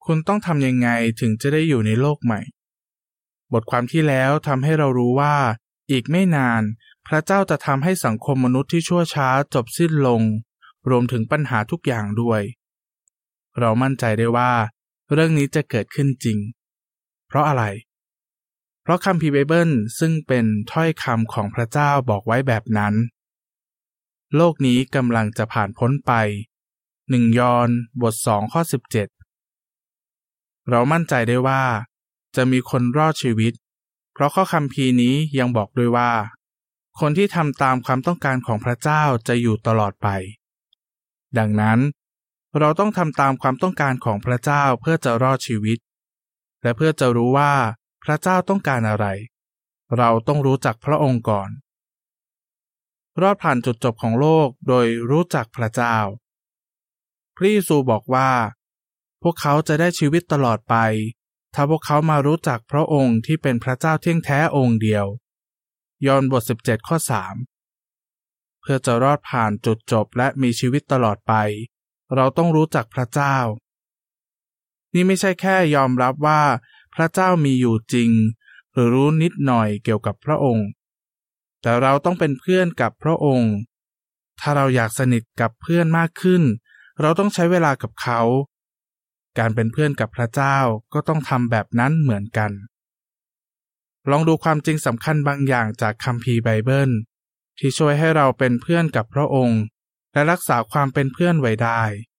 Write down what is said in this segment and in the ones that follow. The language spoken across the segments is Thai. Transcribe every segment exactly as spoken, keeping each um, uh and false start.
คุณต้องทำยังไงถึงจะได้อยู่ในโลกใหม่บทความที่แล้วทำให้เรารู้ว่าอีกไม่นานพระเจ้าจะทำให้สังคมมนุษย์ที่ชั่วช้าจบสิ้นลงรวมถึงปัญหาทุกอย่างด้วยเรามั่นใจได้ว่าเรื่องนี้จะเกิดขึ้นจริงเพราะอะไรเพราะคัมภีร์ไบเบิลซึ่งเป็นถ้อยคำของพระเจ้าบอกไว้แบบนั้นโลกนี้กำลังจะผ่านพ้นไปหนึ่งยอห์นบทสองข้อสิบเจ็ดเรามั่นใจได้ว่าจะมีคนรอดชีวิตเพราะข้อคัมภีร์นี้ยังบอกด้วยว่าคนที่ทำตามความต้องการของพระเจ้าจะอยู่ตลอดไปดังนั้นเราต้องทำตามความต้องการของพระเจ้าเพื่อจะรอดชีวิตและเพื่อจะรู้ว่าพระเจ้าต้องการอะไรเราต้องรู้จักพระองค์ก่อนรอดผ่านจุดจบของโลกโดยรู้จักพระเจ้าพระเยซูบอกว่าพวกเขาจะได้ชีวิตตลอดไปถ้าพวกเขามารู้จักพระองค์ที่เป็นพระเจ้าเที่ยงแท้องค์เดียวยอห์นบทสิบเจ็ดข้อสามเพื่อจะรอดผ่านจุดจบและมีชีวิตตลอดไปเราต้องรู้จักพระเจ้านี่ไม่ใช่แค่ยอมรับว่าพระเจ้ามีอยู่จริงหรือรู้นิดหน่อยเกี่ยวกับพระองค์แต่เราต้องเป็นเพื่อนกับพระองค์ถ้าเราอยากสนิทกับเพื่อนมากขึ้นเราต้องใช้เวลากับเขาการเป็นเพื่อนกับพระเจ้าก็ต้องทำแบบนั้นเหมือนกันลองดูความจริงสำคัญบางอย่างจากคัมภีร์ไบเบิลที่ช่วยให้เราเป็นเพื่อนกับพระองค์และรักษาความเป็นเพื่อนไว้ได้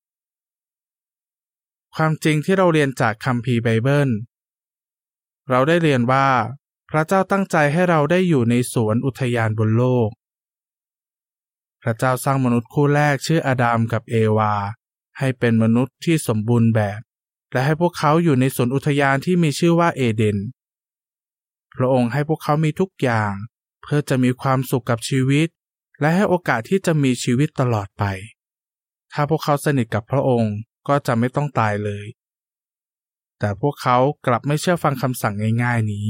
ความจริงที่เราเรียนจากคัมภีร์ไบเบิลเราได้เรียนว่าพระเจ้าตั้งใจให้เราได้อยู่ในสวนอุทยานบนโลกพระเจ้าสร้างมนุษย์คู่แรกชื่ออาดัมกับเอวาให้เป็นมนุษย์ที่สมบูรณ์แบบและให้พวกเขาอยู่ในสวนอุทยานที่มีชื่อว่าเอเดนพระองค์ให้พวกเขามีทุกอย่างเพื่อจะมีความสุขกับชีวิตและให้โอกาสที่จะมีชีวิตตลอดไปถ้าพวกเขาสนิทกับพระองค์ก็จะไม่ต้องตายเลยแต่พวกเขากลับไม่เชื่อฟังคำสั่งง่ายๆนี้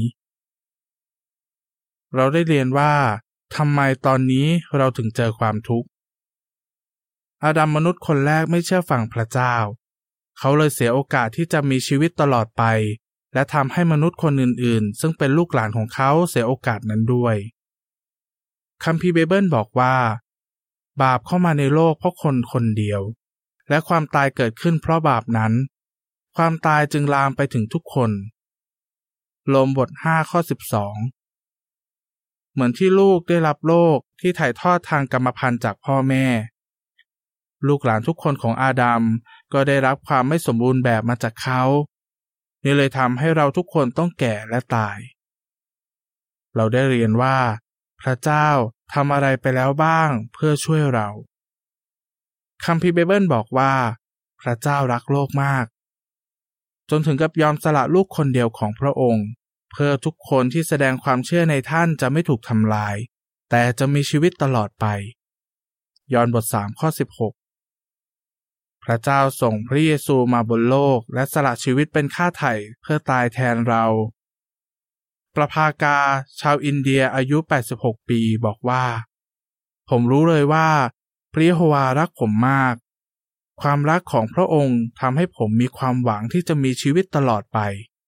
เราได้เรียนว่าทำไมตอนนี้เราถึงเจอความทุกข์อาดัมมนุษย์คนแรกไม่เชื่อฟังพระเจ้าเขาเลยเสียโอกาสที่จะมีชีวิตตลอดไปและทำให้มนุษย์คนอื่นๆซึ่งเป็นลูกหลานของเขาเสียโอกาสนั้นด้วยคัมภีร์ไบเบิลบอกว่าบาปเข้ามาในโลกเพราะคนคนเดียวและความตายเกิดขึ้นเพราะบาปนั้นความตายจึงลามไปถึงทุกคนโรมบทห้าข้อสิบสองเหมือนที่ลูกได้รับโลกที่ถ่ายทอดทางกรรมพันธุ์จากพ่อแม่ลูกหลานทุกคนของอาดัมก็ได้รับความไม่สมบูรณ์แบบมาจากเขานี่เลยทำให้เราทุกคนต้องแก่และตายเราได้เรียนว่าพระเจ้าทำอะไรไปแล้วบ้างเพื่อช่วยเราคัมภีร์ไบเบิลบอกว่าพระเจ้ารักโลกมากจนถึงกับยอมสละลูกคนเดียวของพระองค์เพื่อทุกคนที่แสดงความเชื่อในท่านจะไม่ถูกทำลายแต่จะมีชีวิตตลอดไปยอห์นบทสามข้อสิบหกพระเจ้าส่งพระเยซูมาบนโลกและสละชีวิตเป็นค่าไถ่เพื่อตายแทนเราประภากาชาวอินเดียอายุแปดสิบหกปีบอกว่าผมรู้เลยว่าพระยะโฮวารักผมมากความรักของพระองค์ทำให้ผมมีความหวังที่จะมีชีวิตตลอดไป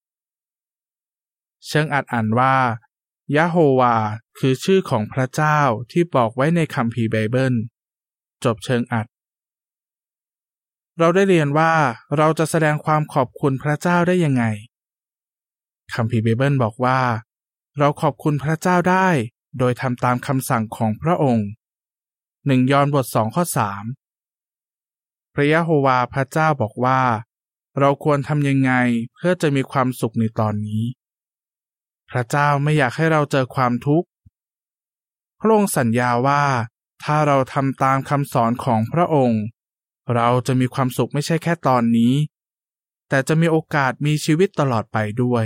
เชิงอัดอ่านว่ายะโฮวาคือชื่อของพระเจ้าที่บอกไว้ในคัมภีร์ไบเบิลจบเชิงอัดเราได้เรียนว่าเราจะแสดงความขอบคุณพระเจ้าได้ยังไงคัมภีร์ไบเบิลบอกว่าเราขอบคุณพระเจ้าได้โดยทำตามคำสั่งของพระองค์หนึ่งยอห์นบทสองข้อสามพระยะโฮวาพระเจ้าบอกว่าเราควรทำยังไงเพื่อจะมีความสุขในตอนนี้พระเจ้าไม่อยากให้เราเจอความทุกข์พระองค์สัญญาว่าถ้าเราทำตามคำสอนของพระองค์เราจะมีความสุขไม่ใช่แค่ตอนนี้แต่จะมีโอกาสมีชีวิตตลอดไปด้วย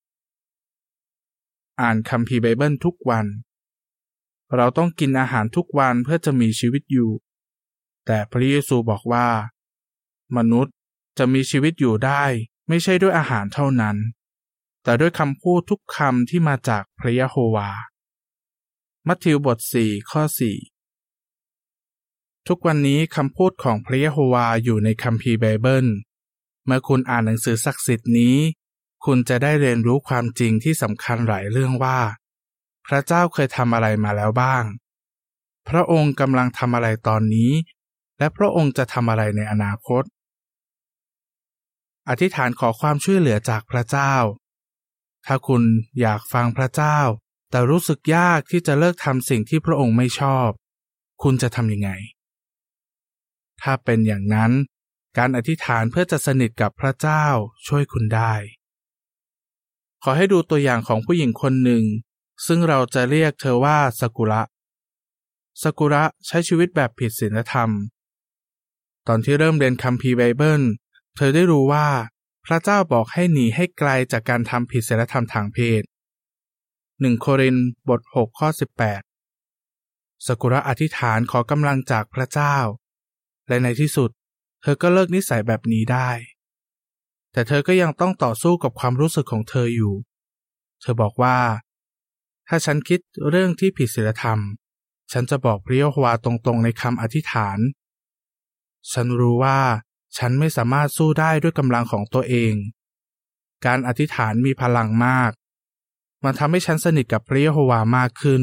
อ่านคัมภีร์ไบเบิลทุกวันเราต้องกินอาหารทุกวันเพื่อจะมีชีวิตอยู่แต่พระเยซูบอกว่ามนุษย์จะมีชีวิตอยู่ได้ไม่ใช่ด้วยอาหารเท่านั้นแต่ด้วยคำพูดทุกคำที่มาจากพระยะโฮวามัทธิวบทสี่ข้อสี่ทุกวันนี้คำพูดของพระยะโฮวาอยู่ในคัมภีร์ไบเบิลเมื่อคุณอ่านหนังสือศักดิ์สิทธิ์นี้คุณจะได้เรียนรู้ความจริงที่สำคัญหลายเรื่องว่าพระเจ้าเคยทำอะไรมาแล้วบ้างพระองค์กำลังทำอะไรตอนนี้และพระองค์จะทำอะไรในอนาคตอธิษฐานขอความช่วยเหลือจากพระเจ้าถ้าคุณอยากฟังพระเจ้าแต่รู้สึกยากที่จะเลิกทำสิ่งที่พระองค์ไม่ชอบคุณจะทำยังไงถ้าเป็นอย่างนั้นการอธิษฐานเพื่อจะสนิทกับพระเจ้าช่วยคุณได้ขอให้ดูตัวอย่างของผู้หญิงคนหนึ่งซึ่งเราจะเรียกเธอว่าซากุระซากุระใช้ชีวิตแบบผิดศีลธรรมตอนที่เริ่มเรียนคัมภีร์ไบเบิลเธอได้รู้ว่าพระเจ้าบอกให้หนีให้ไกลจากการทำผิดศีลธรรมทางเพศหนึ่งโครินธ์บทหกข้อสิบแปดซากุระอธิษฐานขอกำลังจากพระเจ้าและในที่สุดเธอก็เลิกนิสัยแบบนี้ได้แต่เธอก็ยังต้องต่อสู้กับความรู้สึกของเธออยู่เธอบอกว่าถ้าฉันคิดเรื่องที่ผิดศีลธรรมฉันจะบอกพระยะโฮวาตรงๆในคำอธิษฐานฉันรู้ว่าฉันไม่สามารถสู้ได้ด้วยกำลังของตัวเองการอธิษฐานมีพลังมากมันทำให้ฉันสนิทกับพระยะโฮวามากขึ้น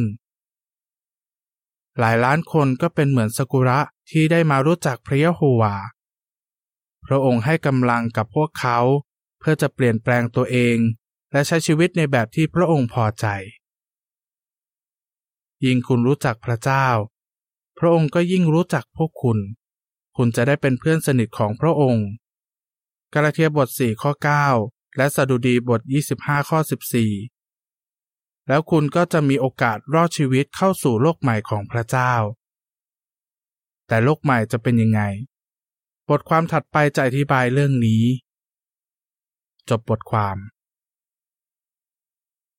หลายล้านคนก็เป็นเหมือนซากุระที่ได้มารู้จักพระยะโฮวาพระองค์ให้กำลังกับพวกเขาเพื่อจะเปลี่ยนแปลงตัวเองและใช้ชีวิตในแบบที่พระองค์พอใจยิ่งคุณรู้จักพระเจ้าพระองค์ก็ยิ่งรู้จักพวกคุณคุณจะได้เป็นเพื่อนสนิทของพระองค์กาลาเทียบทสี่ข้อเก้าและสดุดีบทยี่สิบห้าข้อสิบสี่แล้วคุณก็จะมีโอกาสรอดชีวิตเข้าสู่โลกใหม่ของพระเจ้าแต่โลกใหม่จะเป็นยังไงบทความถัดไปจะอธิบายเรื่องนี้จบบทความ